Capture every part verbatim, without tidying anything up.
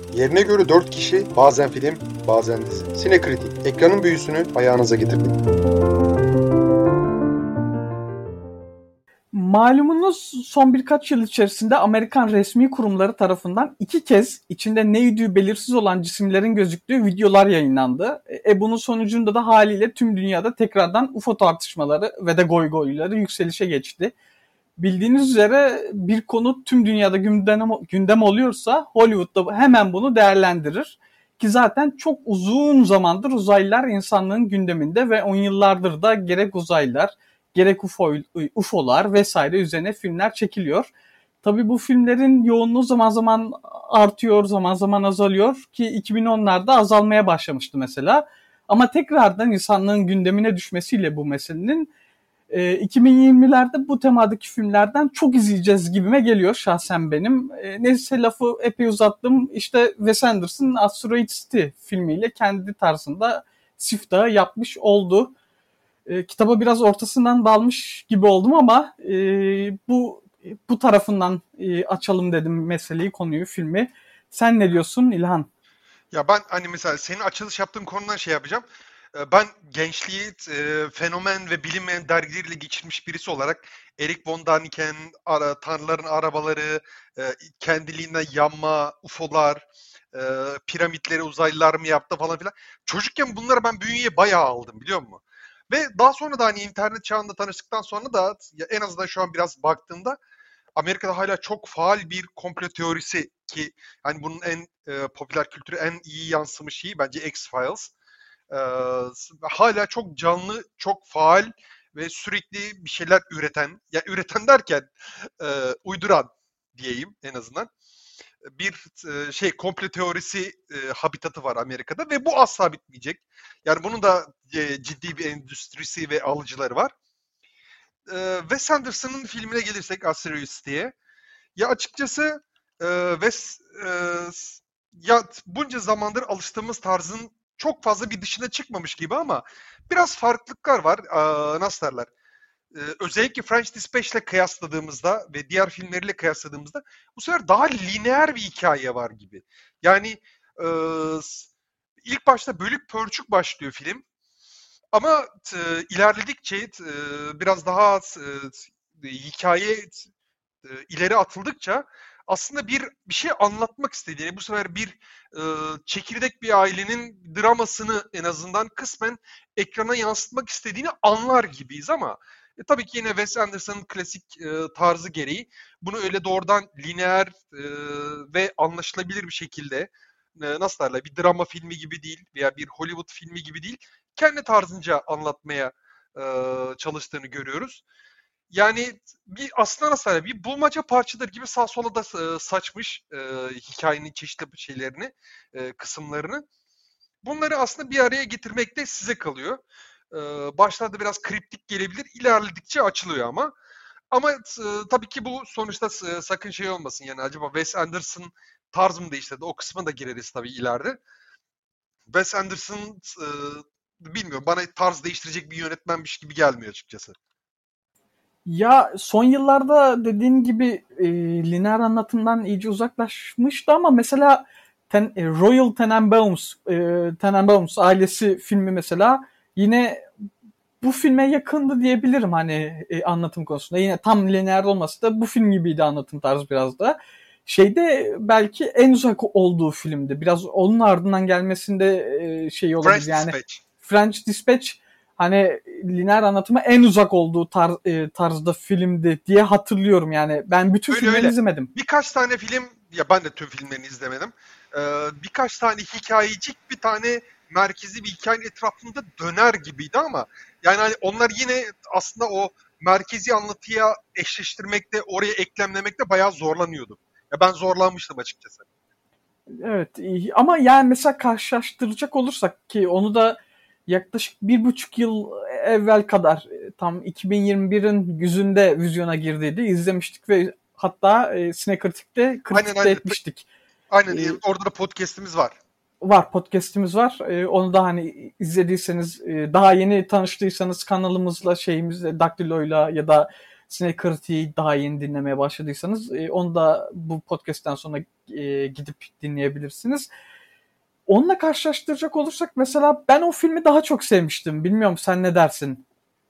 Yerine göre dört kişi, bazen film, bazen dizi. Sinekritik, ekranın büyüsünü ayağınıza getirdik. Malumunuz son birkaç yıl içerisinde Amerikan resmi kurumları tarafından iki kez içinde ne idüğü belirsiz olan cisimlerin gözüktüğü videolar yayınlandı. E bunun sonucunda da haliyle tüm dünyada tekrardan U F O tartışmaları ve de goygoyları yükselişe geçti. Bildiğiniz üzere bir konu tüm dünyada gündem, gündem oluyorsa Hollywood'da hemen bunu değerlendirir. Ki zaten çok uzun zamandır uzaylılar insanlığın gündeminde ve on yıllardır da gerek uzaylılar, gerek U F O, U F O'lar vesaire üzerine filmler çekiliyor. Tabii bu filmlerin yoğunluğu zaman zaman artıyor, zaman zaman azalıyor ki iki bin onlarda azalmaya başlamıştı mesela. Ama tekrardan insanlığın gündemine düşmesiyle bu meselenin e, iki bin yirmilerde bu temadaki filmlerden çok izleyeceğiz gibime geliyor şahsen benim. E, neyse lafı epey uzattım. İşte Wes Anderson Asteroid City filmiyle kendi tarzında siftahı yapmış oldu. E, kitaba biraz ortasından dalmış gibi oldum ama e, bu bu tarafından e, açalım dedim meseleyi, konuyu, filmi. Sen ne diyorsun İlhan? Ya ben hani mesela senin açılış yaptığın konudan şey yapacağım. Ben gençliği e, fenomen ve bilinmeyen dergileriyle geçirmiş birisi olarak Erich von Däniken, ara, Tanrıların Arabaları, e, kendiliğinden yanma, U F O'lar, e, piramitleri uzaylılar mı yaptı falan filan. Çocukken bunları ben bünyeye bayağı aldım, biliyor musun? Ve daha sonra da hani internet çağında tanıştıktan sonra da ya en azından şu an biraz baktığımda Amerika'da hala çok faal bir komplo teorisi, ki hani bunun en e, popüler kültüre en iyi yansımış şeyi bence X-Files. Ee, hala çok canlı, çok faal ve sürekli bir şeyler üreten, ya üreten derken e, uyduran diyeyim en azından. Bir e, şey komplo teorisi e, habitatı var Amerika'da ve bu asla bitmeyecek. Yani bunun da e, ciddi bir endüstrisi ve alıcıları var. E, Wes Anderson'ın filmine gelirsek Asteroid City'ye. Ya açıkçası e, Wes e, ya bunca zamandır alıştığımız tarzın çok fazla bir dışına çıkmamış gibi ama biraz farklılıklar var. Aa, nasıl derler? Ee, özellikle French Dispatch ile kıyasladığımızda ve diğer filmleriyle kıyasladığımızda bu sefer daha lineer bir hikaye var gibi. Yani e, ilk başta bölük pörçük başlıyor film. Ama e, ilerledikçe e, biraz daha e, hikaye e, ileri atıldıkça aslında bir bir şey anlatmak istediğini, bu sefer bir e, çekirdek bir ailenin dramasını en azından kısmen ekrana yansıtmak istediğini anlar gibiyiz ama e, tabii ki yine Wes Anderson'ın klasik e, tarzı gereği bunu öyle doğrudan lineer e, ve anlaşılabilir bir şekilde e, nasıl derler, bir drama filmi gibi değil veya bir Hollywood filmi gibi değil, kendi tarzınca anlatmaya e, çalıştığını görüyoruz. Yani bir aslında nasıl bir bulmaca parçadır gibi sağ sola da e, saçmış e, hikayenin çeşitli şeylerini, e, kısımlarını. Bunları aslında bir araya getirmek de size kalıyor. E, başlarda biraz kriptik gelebilir, ilerledikçe açılıyor ama. Ama e, tabii ki bu sonuçta e, sakın şey olmasın, yani acaba Wes Anderson tarz mı değiştirdi? O kısmına da gireriz tabii ileride. Wes Anderson e, bilmiyorum, bana tarz değiştirecek bir yönetmenmiş gibi gelmiyor açıkçası. Ya son yıllarda dediğin gibi e, lineer anlatımdan iyice uzaklaşmıştı ama mesela Ten, e, Royal Tenenbaums, e, Tenenbaums ailesi filmi mesela yine bu filme yakındı diyebilirim hani e, anlatım konusunda. Yine tam lineer olmasa da bu film gibiydi anlatım tarzı biraz da. Şeyde belki en uzak olduğu filmdi. Biraz onun ardından gelmesinde e, şey olabilir French yani. Dispatch. French Dispatch hani lineer anlatıma en uzak olduğu tarz, e, tarzda filmdi diye hatırlıyorum yani. Ben bütün Öyle, filmlerini öyle. izlemedim. Birkaç tane film, ya ben de tüm filmlerini izlemedim. Ee, birkaç tane hikayecik, bir tane merkezi bir hikayenin etrafında döner gibiydi ama yani hani onlar yine aslında o merkezi anlatıya eşleştirmekte, oraya eklemlemekte bayağı zorlanıyordu. Ya ben zorlanmıştım açıkçası. Evet ama yani mesela karşılaştıracak olursak ki onu da yaklaşık bir buçuk yıl evvel kadar tam iki bin yirmi birin yüzünde vizyona girdiydi. İzlemiştik ve hatta e, Sinekritik'te kritik de etmiştik. Aynen, ee, orada da podcast'imiz var. Var, podcast'imiz var. Ee, onu da hani izlediyseniz, e, daha yeni tanıştıysanız kanalımızla, şeyimizle, Daktilo'yla ya da Sinekritiği daha yeni dinlemeye başladıysanız e, onu da bu podcast'ten sonra e, gidip dinleyebilirsiniz. Onunla karşılaştıracak olursak mesela ben o filmi daha çok sevmiştim. Bilmiyorum sen ne dersin?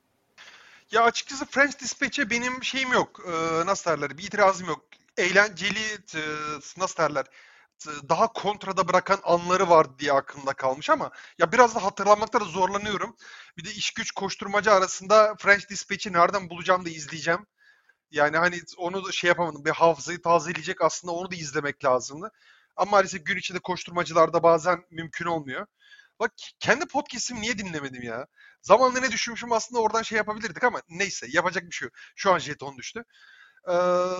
Ya açıkçası French Dispatch'e benim şeyim yok. Ee, nasıl derler? Bir itirazım yok. Eğlenceli, e, nasıl derler? e, Daha kontrada bırakan anları var diye aklımda kalmış ama ya biraz da hatırlamakta da zorlanıyorum. Bir de iş güç koşturmaca arasında French Dispatch'i nereden bulacağım da izleyeceğim. Yani hani onu da şey yapamadım. Bir hafızayı tazeleyecek aslında onu da izlemek lazımdı. Ama maalesef gün içinde koşturmacılarda bazen mümkün olmuyor. Bak kendi podcast'imi niye dinlemedim ya? Zamanla ne düşünmüşüm aslında oradan şey yapabilirdik ama neyse yapacak bir şey yok. Şu an jeton düştü. Ee,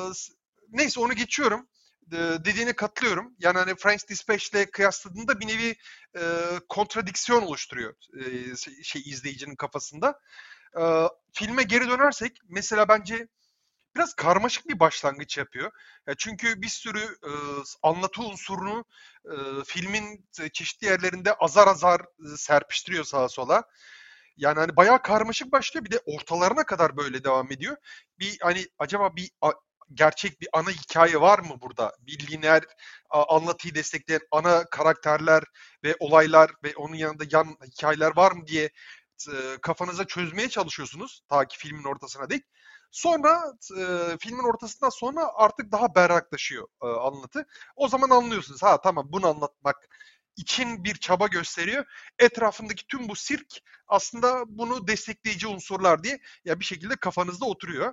neyse onu geçiyorum. Ee, dediğine katılıyorum. Yani hani French Dispatch'le kıyasladığında bir nevi e, kontradiksiyon oluşturuyor e, şey izleyicinin kafasında. Ee, filme geri dönersek mesela bence biraz karmaşık bir başlangıç yapıyor. Ya çünkü bir sürü e, anlatı unsurunu e, filmin çeşitli yerlerinde azar azar e, serpiştiriyor sağa sola. Yani hani bayağı karmaşık başlıyor. Bir de ortalarına kadar böyle devam ediyor. Bir hani acaba bir a- gerçek bir ana hikaye var mı burada? Bir lineer a- anlatıyı destekleyen ana karakterler ve olaylar ve onun yanında yan hikayeler var mı diye e, kafanıza çözmeye çalışıyorsunuz ta ki filmin ortasına dek. Sonra e, filmin ortasından sonra artık daha berraklaşıyor e, anlatı. O zaman anlıyorsunuz. Ha tamam bunu anlatmak için bir çaba gösteriyor. Etrafındaki tüm bu sirk aslında bunu destekleyici unsurlar diye ya bir şekilde kafanızda oturuyor.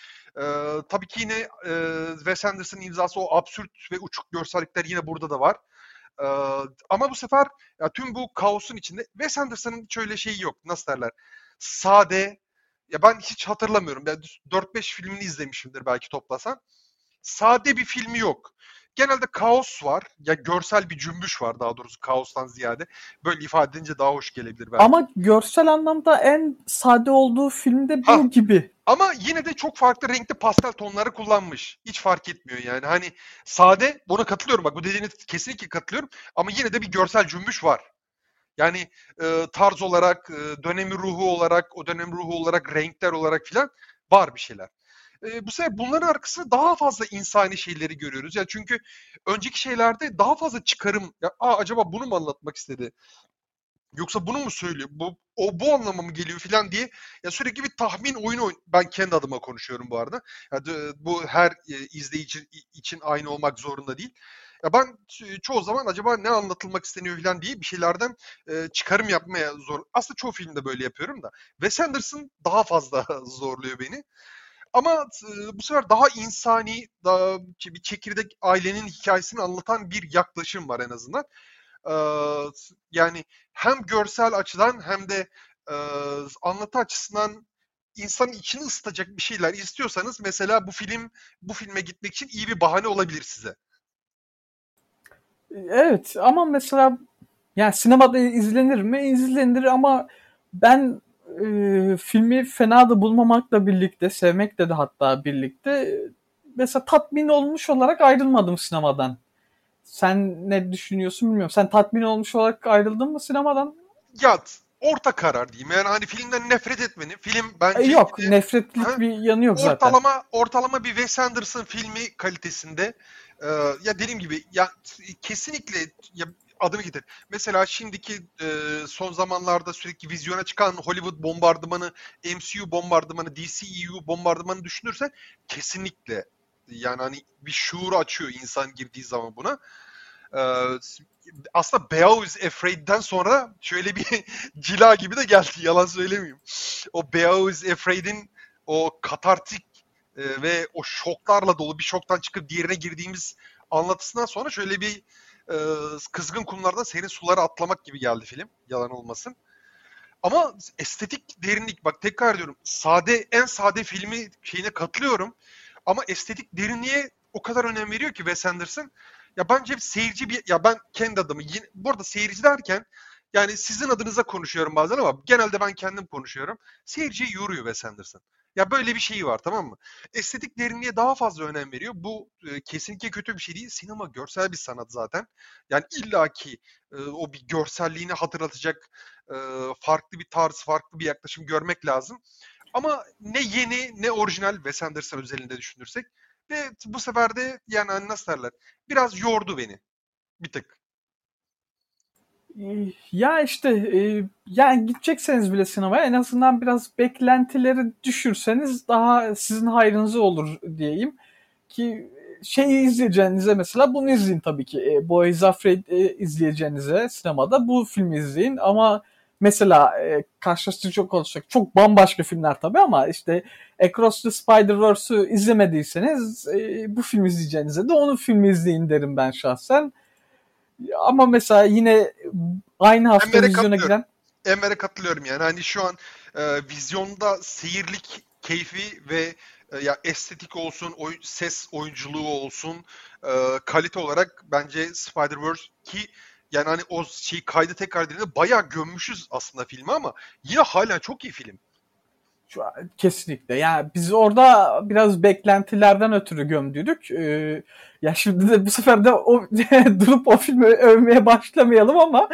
Ee, tabii ki yine e, Wes Anderson'ın imzası o absürt ve uçuk görsellikler yine burada da var. Ee, ama bu sefer ya tüm bu kaosun içinde Wes Anderson'ın şöyle şeyi yok. Nasıl derler? Sade. Ya ben hiç hatırlamıyorum. Yani dört beş filmini izlemişimdir belki toplasan. Sade bir filmi yok. Genelde kaos var. Ya görsel bir cümbüş var daha doğrusu kaostan ziyade. Böyle ifade edince daha hoş gelebilir belki. Ama görsel anlamda en sade olduğu filmde bu Ha, gibi. ama yine de çok farklı renkli pastel tonları kullanmış. Hiç fark etmiyor yani. Hani sade buna katılıyorum. Bak bu dediğine kesinlikle katılıyorum. Ama yine de bir görsel cümbüş var. Yani e, tarz olarak, e, dönemi ruhu olarak, o dönem ruhu olarak, renkler olarak filan var bir şeyler. E, bu sefer bunların arkasında daha fazla insani şeyleri görüyoruz. Ya çünkü önceki şeylerde daha fazla çıkarım. Ya, Aa, acaba bunu mu anlatmak istedi? Yoksa bunu mu söylüyor? Bu o bu anlama mı geliyor falan diye ya sürekli bir tahmin oyunu oyn- ben kendi adıma konuşuyorum bu arada. Ya de- bu her e, izleyici için aynı olmak zorunda değil. Ya ben ç- çoğu zaman acaba ne anlatılmak isteniyor falan diye bir şeylerden e, çıkarım yapmaya zor. Aslında çoğu filmde böyle yapıyorum da. Wes Anderson daha fazla zorluyor beni. Ama e, bu sefer daha insani, daha bir çekirdek ailenin hikayesini anlatan bir yaklaşım var en azından. Eee, yani hem görsel açıdan hem de eee, anlatı açısından insanın içini ısıtacak bir şeyler istiyorsanız mesela bu film bu filme gitmek için iyi bir bahane olabilir size. Evet ama mesela yani sinemada izlenir mi? İzlenir ama ben e, filmi fena da bulmamakla birlikte, sevmekle de hatta birlikte mesela tatmin olmuş olarak ayrılmadım sinemadan. Sen ne düşünüyorsun bilmiyorum. Sen tatmin olmuş olarak ayrıldın mı sinemadan? Ya orta karar diyeyim. Yani hani filmden nefret etmenin. Film E, bence yok. yine Nefretlik ha, bir yanı yok zaten. ortalama ortalama bir Wes Anderson filmi kalitesinde. Ee, ya dediğim gibi ya kesinlikle ya adını getir. Mesela şimdiki e, son zamanlarda sürekli vizyona çıkan Hollywood bombardımanı, M C U bombardımanı, D C E U bombardımanı düşünürsen kesinlikle yani hani bir şuur açıyor insan girdiği zaman buna. Ee, aslında Beau is Afraid'den sonra şöyle bir cila gibi de geldi. Yalan söylemeyeyim. O Beau is Afraid'in o katartik e, ve o şoklarla dolu bir şoktan çıkıp diğerine girdiğimiz anlatısından sonra şöyle bir e, kızgın kumlardan serin sulara atlamak gibi geldi film. Yalan olmasın. Ama estetik derinlik bak tekrar diyorum. Sade en sade filmi şeyine katılıyorum. Ama estetik derinliğe o kadar önem veriyor ki Wes Anderson. Ya bence seyirci bir ya ben kendi adımı yine, bu arada seyirci derken yani sizin adınıza konuşuyorum bazen ama genelde ben kendim konuşuyorum. Seyirciyi yoruyor Wes Anderson. Ya böyle bir şeyi var tamam mı? Estetik derinliğe daha fazla önem veriyor. Bu e, kesinlikle kötü bir şey değil. Sinema görsel bir sanat zaten. Yani illaki e, o bir görselliğini hatırlatacak e, farklı bir tarz, farklı bir yaklaşım görmek lazım. Ama ne yeni ne orijinal Wes Anderson özelinde düşünürsek. Ve bu sefer de yani hani nasıl derler biraz yordu beni bir tık. Ee, Ya işte e, yani gidecekseniz bile sinemaya en azından biraz beklentileri düşürseniz daha sizin hayrınıza olur diyeyim. Ki şeyi izleyeceğinize mesela bunu izleyin tabii ki. E, Boys Afraid e, izleyeceğinize sinemada bu filmi izleyin. Ama mesela e, karşılaştıracak olursak çok bambaşka filmler tabii ama işte Across the Spider-Verse'ü izlemediyseniz e, bu filmi izleyeceğinize de onun filmi izleyin derim ben şahsen. Ama mesela yine aynı hafta Emre vizyona katılıyorum. giren Emre katılıyorum yani. Hani şu an e, vizyonda seyirlik keyfi ve e, ya estetik olsun, oy- ses oyunculuğu olsun, e, kalite olarak bence Spider-Verse ki yani hani o şeyi kaydı tekrar dediğinde bayağı gömmüşüz aslında filmi ama yine hala çok iyi film. şu an kesinlikle. Yani biz orada biraz beklentilerden ötürü gömdüydük. Ee, ya şimdi de bu sefer de o durup o filmi övmeye başlamayalım ama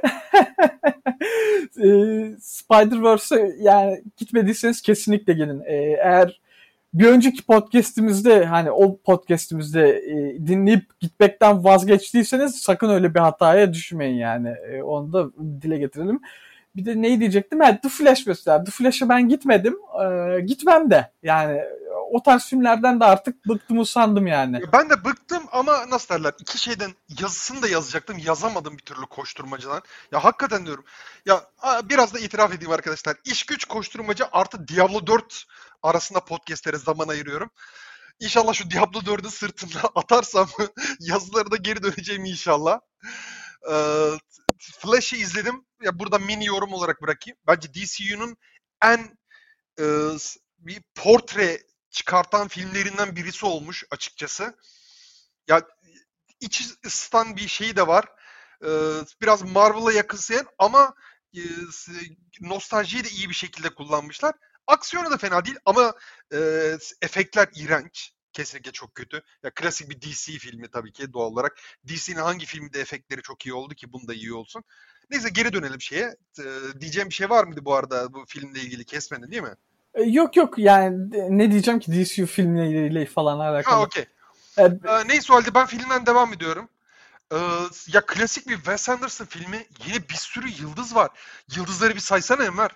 e, Spider-Verse'e yani gitmediyseniz kesinlikle gelin. Ee, eğer bir önceki podcast'imizde hani o podcast'imizde e, dinleyip gitmekten vazgeçtiyseniz sakın öyle bir hataya düşmeyin yani. E, onu da dile getirelim. Bir de neyi diyecektim? Evet, The Flash mesela. The Flash'a ben gitmedim. Ee, gitmem de. Yani o tarz filmlerden de artık bıktım usandım yani. Ya ben de bıktım ama nasıl derler iki şeyden yazısını da yazacaktım yazamadım bir türlü koşturmacadan. Ya hakikaten diyorum. Ya a- biraz da itiraf edeyim arkadaşlar. İş güç koşturmaca artı Diablo dört arasında podcastlere zaman ayırıyorum. İnşallah şu Diablo dördü sırtımda atarsam yazıları da geri döneceğim inşallah. Ee, Flash'ı izledim. Ya burada mini yorum olarak bırakayım. Bence D C U'nun en e, bir portre çıkartan filmlerinden birisi olmuş açıkçası. Ya iç ısıtan bir şeyi de var. Ee, biraz Marvel'a yakınsayan ama e, nostaljiyi de iyi bir şekilde kullanmışlar. Aksiyonu da fena değil ama e, efektler iğrenç. Kesinlikle çok kötü. Ya klasik bir D C filmi tabii ki doğal olarak. D C'nin hangi filmde efektleri çok iyi oldu ki bunda iyi olsun. Neyse geri dönelim şeye. Ee, diyeceğim bir şey var mıydı bu arada bu filmle ilgili kesmedin değil mi? Ee, yok yok yani ne diyeceğim ki D C U filmleriyle falan Ha alakalı. okey. Ee, Ee, neyse o halde ben filmden devam ediyorum. Ee, ya klasik bir Wes Anderson filmi yine bir sürü yıldız var. Yıldızları bir saysana Enver.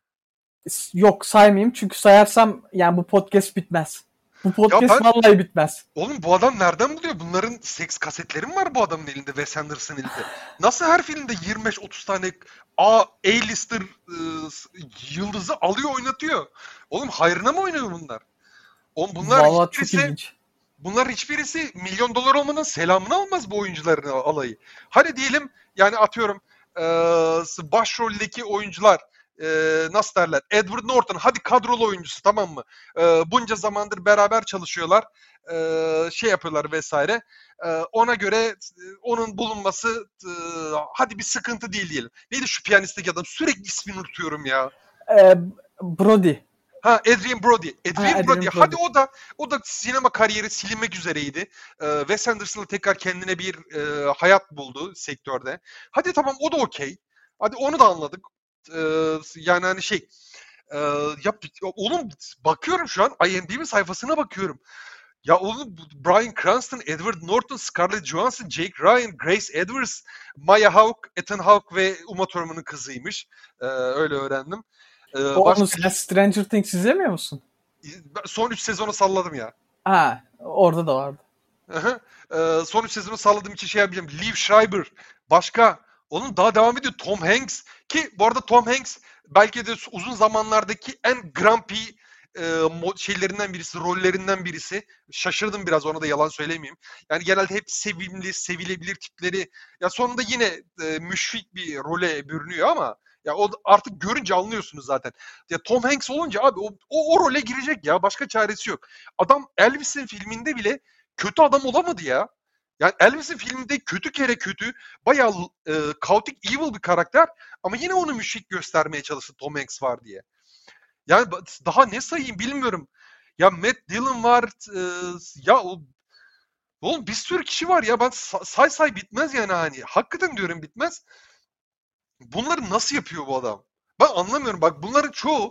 Yok saymayayım çünkü sayarsam yani bu podcast bitmez. Bu Ya podcast ben vallahi bitmez. oğlum bu adam nereden buluyor? Bunların seks kasetleri mi var bu adamın elinde Wes Anderson elinde? Nasıl her filmde yirmi beş otuz tane A, A-lister e, yıldızı alıyor oynatıyor? Oğlum hayrına mı oynuyor bunlar? Oğlum bunlar Vallahi çok hiçbirisi ilginç. bunlar hiçbirisi milyon dolar olmanın selamını almaz bu oyuncuların alayı. Hadi diyelim yani atıyorum e, başroldeki oyuncular e, nasıl derler? Edward Norton hadi kadrolu oyuncusu tamam mı? E, bunca zamandır beraber çalışıyorlar. E, şey yapıyorlar vesaire. E, ona göre e, onun bulunması e, hadi bir sıkıntı değil diyelim. Neydi şu piyanistteki adam? Sürekli ismini unutuyorum ya. Ee, Brody. Ha Adrien Brody. Adrien Ha, Brody. Adrien Hadi Brody. o da o da sinema kariyeri silinmek üzereydi. Ee, Wes Anderson'la tekrar kendine bir e, hayat buldu sektörde. Hadi tamam o da okey. Hadi onu da anladık. Ee, yani hani şey e, ya oğlum bakıyorum şu an IMDb sayfasına bakıyorum. Ya oğlum Bryan Cranston, Edward Norton, Scarlett Johansson, Jake Ryan, Grace Edwards, Maya Hawke, Ethan Hawke ve Uma Thurman'ın kızıymış. Ee, öyle öğrendim. Ee, Oğlum başka sen Stranger Things izlemiyor musun? son üç sezonu salladım ya. Ha, orada da vardı. Aha. Ee, son üç sezonu salladığım için şey yapacağım. Liev Schreiber. Başka. Onun daha devam ediyor. Tom Hanks. Ki bu arada Tom Hanks belki de uzun zamanlardaki en grumpy e, mo- şeylerinden birisi, rollerinden birisi. Şaşırdım biraz ona da yalan söylemeyeyim. Yani genelde hep sevimli, sevilebilir tipleri. Ya sonunda yine e, müşfik bir role bürünüyor ama ya o artık görünce anlıyorsunuz zaten. Ya Tom Hanks olunca abi o, o, o role girecek ya. Başka çaresi yok. Adam Elvis'in filminde bile kötü adam olamadı ya. Yani Elvis'in filminde kötü kere kötü, bayağı e, kaotik, evil bir karakter ama yine onu müşrik göstermeye çalıştı Tom Hanks var diye. Yani daha ne sayayım bilmiyorum. Ya Matt Dillon var, e, ya o, oğlum bir sürü kişi var ya ben say say bitmez yani hani. Hakikaten diyorum bitmez. Bunları nasıl yapıyor bu adam? Ben anlamıyorum. Bak bunların çoğu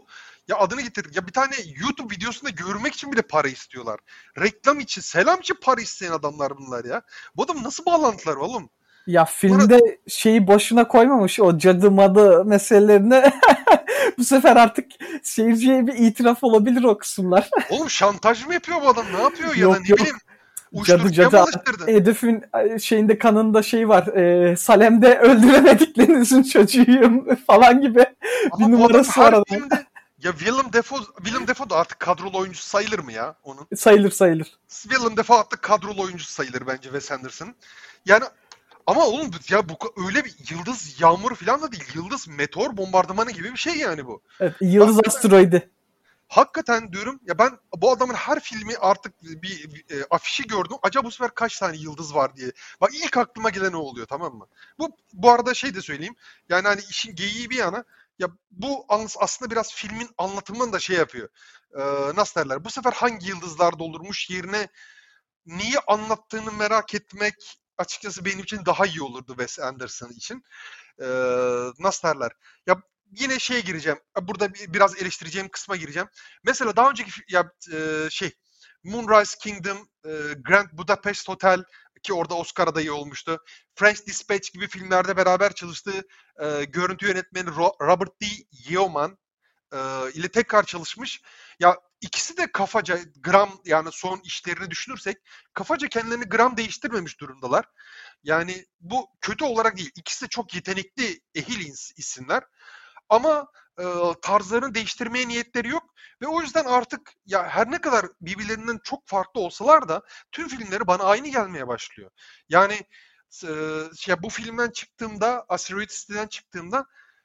Ya adını getir. Ya bir tane YouTube videosunda görmek için bile para istiyorlar. Reklam için, selam için para isteyen adamlar bunlar ya. Bu adam nasıl bağlantılar oğlum? Ya Bunlara... filmde şeyi boşuna koymamış o cadı madı meselelerini. Bu sefer artık seyirciye bir itiraf olabilir o kısımlar. Oğlum şantaj mı yapıyor bu adam? Ne yapıyor ya yok, da ne yok. bileyim. Cadı cadı. Hedefin şeyinde kanında şey var. E, Salem'de öldüremediklerinizin çocuğuyum falan gibi ama bir numarası var adamın. Ya Willem Dafoe, Willem Dafoe da artık kadrolu oyuncusu sayılır mı ya onun? Sayılır sayılır. Willem Dafoe artık kadrolu oyuncusu sayılır bence Wes Anderson. Yani ama oğlum ya bu öyle bir yıldız yağmuru falan da değil. Yıldız meteor bombardımanı gibi bir şey yani bu. Evet, yıldız bak, asteroidi. Hakikaten diyorum ya ben bu adamın her filmi artık bir, bir e, afişi gördüm. Acaba bu sefer kaç tane yıldız var diye. Bak ilk aklıma gelen o oluyor, tamam mı? Bu bu arada şey de söyleyeyim. Yani hani işin geyiği bir yana, ya bu aslında biraz filmin anlatımını da şey yapıyor. Ee, nasıl derler? Bu sefer hangi yıldızlar doldurmuş yerine neyi anlattığını merak etmek açıkçası benim için daha iyi olurdu Wes Anderson için. Ee, nasıl derler? Ya yine şeye gireceğim. Burada biraz eleştireceğim kısma gireceğim. Mesela daha önceki ya e, şey Moonrise Kingdom, e, Grand Budapest Hotel ki orada Oscar adayı olmuştu. French Dispatch gibi filmlerde beraber çalıştığı e, görüntü yönetmeni Robert D. Yeoman e, ile tekrar çalışmış. Ya ikisi de kafaca gram, yani son işlerini düşünürsek kafaca kendilerini gram değiştirmemiş durumdalar. Yani bu kötü olarak değil. İkisi de çok yetenekli ehil isimler. Ama e, tarzlarını değiştirmeye niyetleri yok. Ve o yüzden artık ya her ne kadar birbirlerinden çok farklı olsalar da tüm filmleri bana aynı gelmeye başlıyor. Yani e, şey, bu filmden çıktığımda, Asteroid City'den çıktığımda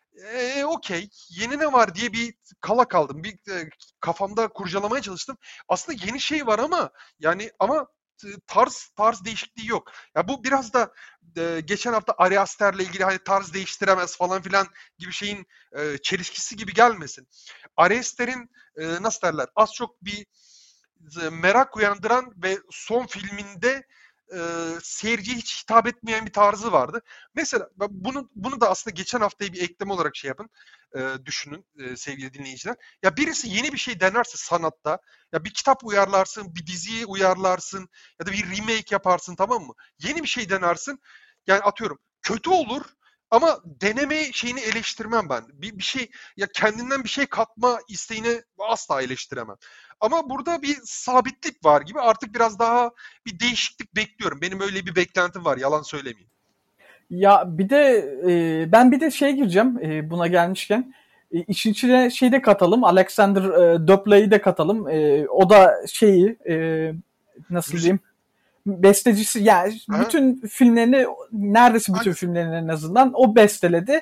e, okey yeni ne var diye bir kala kaldım. Bir e, kafamda kurcalamaya çalıştım. Aslında yeni şey var ama yani ama tarz tarz değişikliği yok. Ya bu biraz da e, geçen hafta Ari Aster'le ilgili hani tarz değiştiremez falan filan gibi şeyin e, çelişkisi gibi gelmesin. Ari Aster'in e, nasıl derler? Az çok bir e, merak uyandıran ve son filminde e, seyirciye hiç hitap etmeyen bir tarzı vardı. Mesela bunu bunu da aslında geçen haftayı bir ekleme olarak şey yapın, e, düşünün e, sevgili dinleyiciler. Ya birisi yeni bir şey denerse sanatta, ya bir kitap uyarlarsın, bir diziyi uyarlarsın ya da bir remake yaparsın, tamam mı? Yeni bir şey denersin. Yani atıyorum kötü olur ama deneme şeyini eleştirmem ben. Bir, bir şey ya kendinden bir şey katma isteğini asla eleştiremem. Ama burada bir sabitlik var gibi, artık biraz daha bir değişiklik bekliyorum. Benim öyle bir beklentim var, yalan söylemeyeyim. Ya bir de e, ben bir de şey gireceğim e, buna gelmişken. E, işin içine şey de katalım. Alexander e, Döpler'i de katalım. E, o da şeyi e, nasıl Müzik. diyeyim? Bestecisi yani ha? bütün filmlerini neredeyse bütün Aynen. filmlerini en azından o besteledi.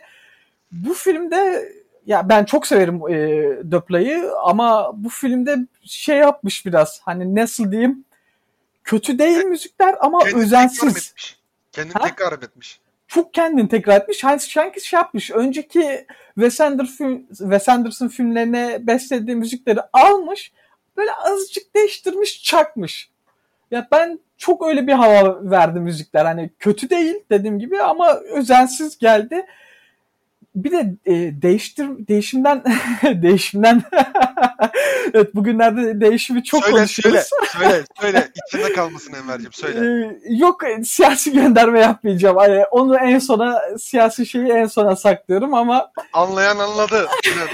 Bu filmde ya ben çok severim e, Döpler'i ama bu filmde şey yapmış biraz. Hani nasıl diyeyim? Kötü değil e, müzikler ama kendini özensiz. Kendini ha? tekrar etmiş. Çok kendini tekrar etmiş. Hani sanki şey yapmış. Önceki Wes Anderson, Wes Anderson filmlerine bestelediği müzikleri almış. Böyle azıcık değiştirmiş, çakmış. Ya ben çok öyle bir hava verdi müzikler. Hani kötü değil dediğim gibi ama özensiz geldi. Bir de e, değiştir değişimden değişimden evet bugünlerde değişimi çok söyle, konuşuyoruz. Söyle, söyle, söyle. İçinde kalmasın Enver'cim, söyle. Ee, yok siyasi gönderme yapmayacağım. Yani onu en sona, siyasi şeyi en sona saklıyorum ama anlayan anladı.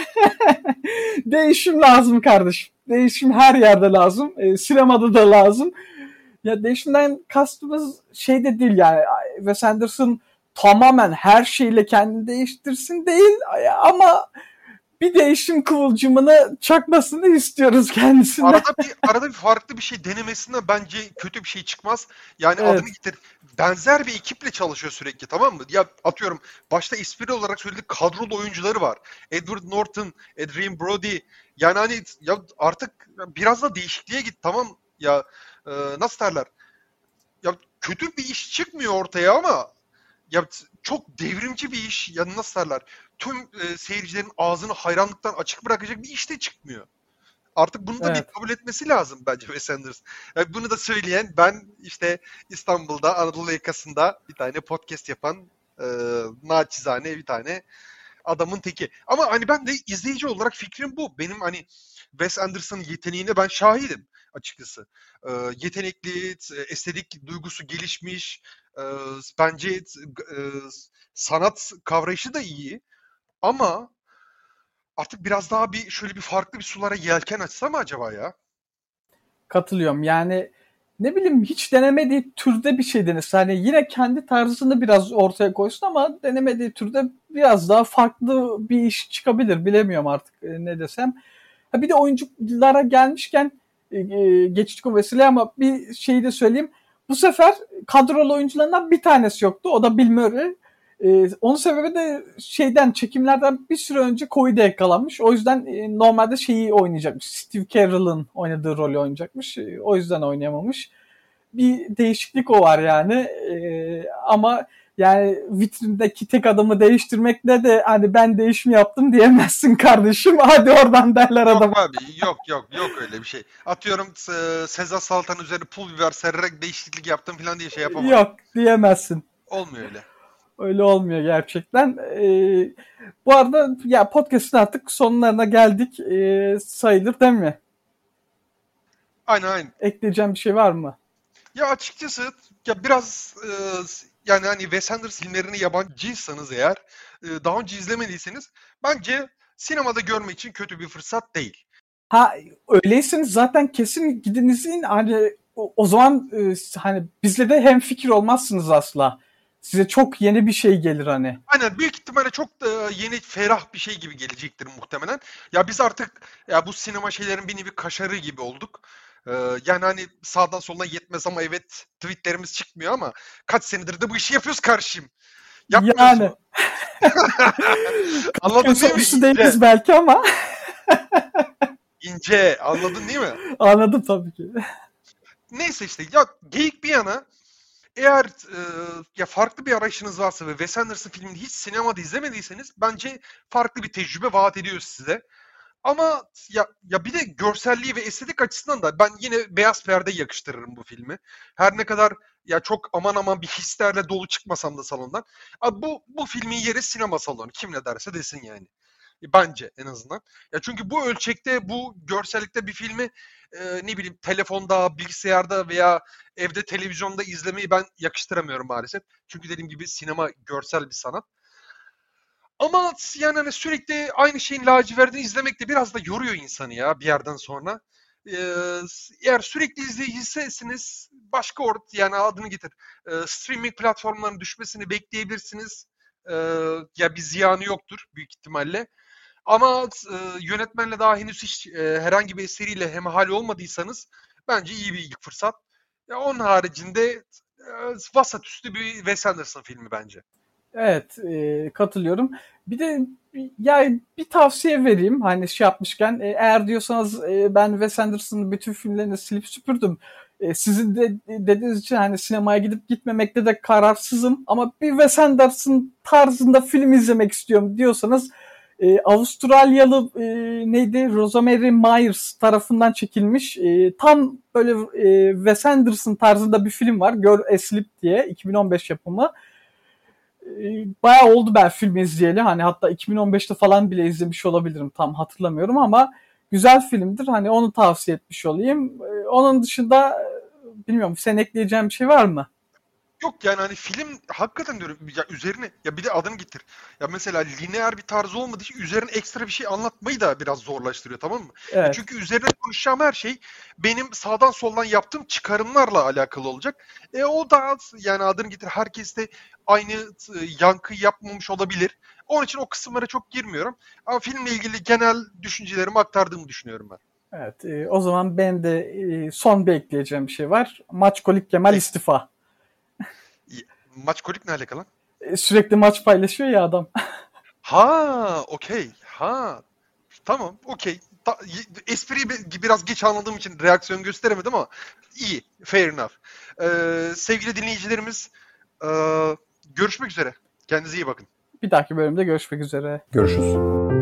Değişim lazım kardeşim. Değişim her yerde lazım. E, sinemada da lazım. Ya değişimden kastımız şey de değil yani. Wes Anderson tamamen her şeyle kendini değiştirsin değil ama bir değişim kıvılcımını çakmasını istiyoruz kendisine. Arada bir arada bir farklı bir şey denemesinden bence kötü bir şey çıkmaz. Yani evet. Adını getir. Benzer bir ekiple çalışıyor sürekli, tamam mı? Ya atıyorum başta espri olarak söylediği kadrolu oyuncuları var. Edward Norton, Adrien Brody. Yani hani ya artık biraz da değişikliğe git, tamam ya e, nasıl derler? Ya kötü bir iş çıkmıyor ortaya ama ya çok devrimci bir iş, ya nasıl derler? Tüm e, seyircilerin ağzını hayranlıktan açık bırakacak bir iş de çıkmıyor. Artık bunu da evet. bir kabul etmesi lazım bence Wes Anderson. Yani bunu da söyleyen ben, işte İstanbul'da Anadolu yakasında bir tane podcast yapan e, naçizane bir tane adamın teki. Ama hani ben de izleyici olarak fikrim bu. Benim hani Wes Anderson'ın yeteneğine ben şahidim açıkçası. Ee, yetenekli, estetik duygusu gelişmiş, e, bence e, sanat kavrayışı da iyi. Ama artık biraz daha bir şöyle bir farklı bir sulara yelken açsa mı acaba ya? Katılıyorum. Yani ne bileyim hiç denemediği türde bir şey denese. Hani yine kendi tarzını biraz ortaya koysun ama denemediği türde biraz daha farklı bir iş çıkabilir. Bilemiyorum artık e, ne desem. Ha bir de oyunculara gelmişken e, e, geçici vesile ama bir şeyi de söyleyeyim. Bu sefer kadrolu oyuncularından bir tanesi yoktu. O da Bill Murray. Ee, onun sebebi de şeyden çekimlerden bir süre önce Covid'e yakalanmış. O yüzden e, normalde şeyi oynayacakmış. Steve Carell'ın oynadığı rolü oynayacakmış. E, o yüzden oynayamamış. Bir değişiklik o var yani. E, ama yani vitrindeki tek adamı değiştirmekle de hani ben değişim yaptım diyemezsin kardeşim. Hadi oradan derler Yok adama. abi, yok yok yok öyle bir şey. Atıyorum e, Sezar Salatan'ın üzerine pul biber sererek değişiklik yaptım falan diye şey yapamam. Yok diyemezsin. Olmuyor öyle. Öyle olmuyor gerçekten. Ee, bu arada ya podcast'ın artık sonlarına geldik ee, sayılır değil mi? Aynen aynen. Ekleyeceğim bir şey var mı? Ya açıkçası ya biraz e, yani hani Wes Anderson filmlerini yabancıysanız eğer e, daha önce izlemediyseniz bence sinemada görmek için kötü bir fırsat değil. Ha öyleyseniz zaten kesin gidin izleyin. Hani o, o zaman e, hani bizle de hemfikir olmazsınız asla. Size çok yeni bir şey gelir hani. Aynen büyük ihtimalle çok da yeni ferah bir şey gibi gelecektir muhtemelen. Ya biz artık ya bu sinema şeylerin bir nevi kaşarı gibi olduk. Ee, yani hani sağdan soldan yetmez ama evet tweetlerimiz çıkmıyor ama kaç senedir de bu işi yapıyoruz kardeşim. Yapmıyoruz Yani mu? Anladın değil mi? sorusu İnce. değiliz belki ama İnce. Anladın değil mi? anladım tabii ki. Neyse işte ya geyik bir yana eğer e, ya farklı bir arayışınız varsa ve Wes Anderson filmini hiç sinemada izlemediyseniz bence farklı bir tecrübe vaat ediyor size. Ama ya ya bir de görselliği ve estetik açısından da ben yine beyaz perde yakıştırırım bu filmi. Her ne kadar ya çok aman aman bir hislerle dolu çıkmasam da salondan. Abi bu bu filmin yeri sinema salonu. Kim ne derse desin yani. E, Bence en azından. Ya çünkü bu ölçekte, bu görsellikte bir filmi e, ne bileyim telefonda, bilgisayarda veya evde televizyonda izlemeyi ben yakıştıramıyorum maalesef. Çünkü dediğim gibi sinema görsel bir sanat. Ama yani hani sürekli aynı şeyin lacivertini izlemek de biraz da yoruyor insanı ya bir yerden sonra. Ee, eğer sürekli izleyiciyseniz başka ort yani adını getir. Ee, streaming platformlarının düşmesini bekleyebilirsiniz. Ee, ya bir ziyanı yoktur büyük ihtimalle. Ama e, yönetmenle daha henüz hiç e, herhangi bir eseriyle hemhal olmadıysanız bence iyi bir ilk fırsat. Ya onun haricinde e, vasatüstü bir Wes Anderson filmi bence. Evet, e, katılıyorum. Bir de ya bir tavsiye vereyim hani şey yapmışken e, eğer diyorsanız e, ben Wes Anderson'ın bütün filmlerini silip süpürdüm. E, sizin de dediğiniz için hani sinemaya gidip gitmemekte de kararsızım ama bir Wes Anderson tarzında film izlemek istiyorum diyorsanız e, Avustralyalı e, neydi Rosemary Myers tarafından çekilmiş e, tam böyle e, Wes Anderson tarzında bir film var. Girl Asleep diye iki bin on beş yapımı. Bayağı oldu ben filmi izleyeli. Hani hatta iki bin on beşte falan bile izlemiş olabilirim. Tam hatırlamıyorum ama güzel filmdir. Hani onu tavsiye etmiş olayım. Onun dışında bilmiyorum senin ekleyeceğin bir şey var mı? Yok yani hani film hakikaten diyorum ya üzerine ya bir de adını getir. Ya mesela lineer bir tarzı olmadığı için üzerine ekstra bir şey anlatmayı da biraz zorlaştırıyor tamam mı? Ya Evet. çünkü üzerine konuşacağım her şey benim sağdan soldan yaptığım çıkarımlarla alakalı olacak. E o da yani adını getir herkes de aynı e, yankı yapmamış olabilir. Onun için o kısımlara çok girmiyorum. Ama filmle ilgili genel düşüncelerimi aktardığımı düşünüyorum ben. Evet. E, o zaman ben de e, son bir ekleyeceğim bir şey var. Maçkolik Kemal istifa. Maç kolik ne alakalı? E, sürekli maç paylaşıyor ya adam. Ha, okey. Ha, tamam, okey. Ta- y- espriyi bi- biraz geç anladığım için reaksiyon gösteremedim ama iyi, fair enough. Ee, sevgili dinleyicilerimiz, ee, görüşmek üzere. Kendinize iyi bakın. Bir dahaki bölümde görüşmek üzere. Görüşürüz.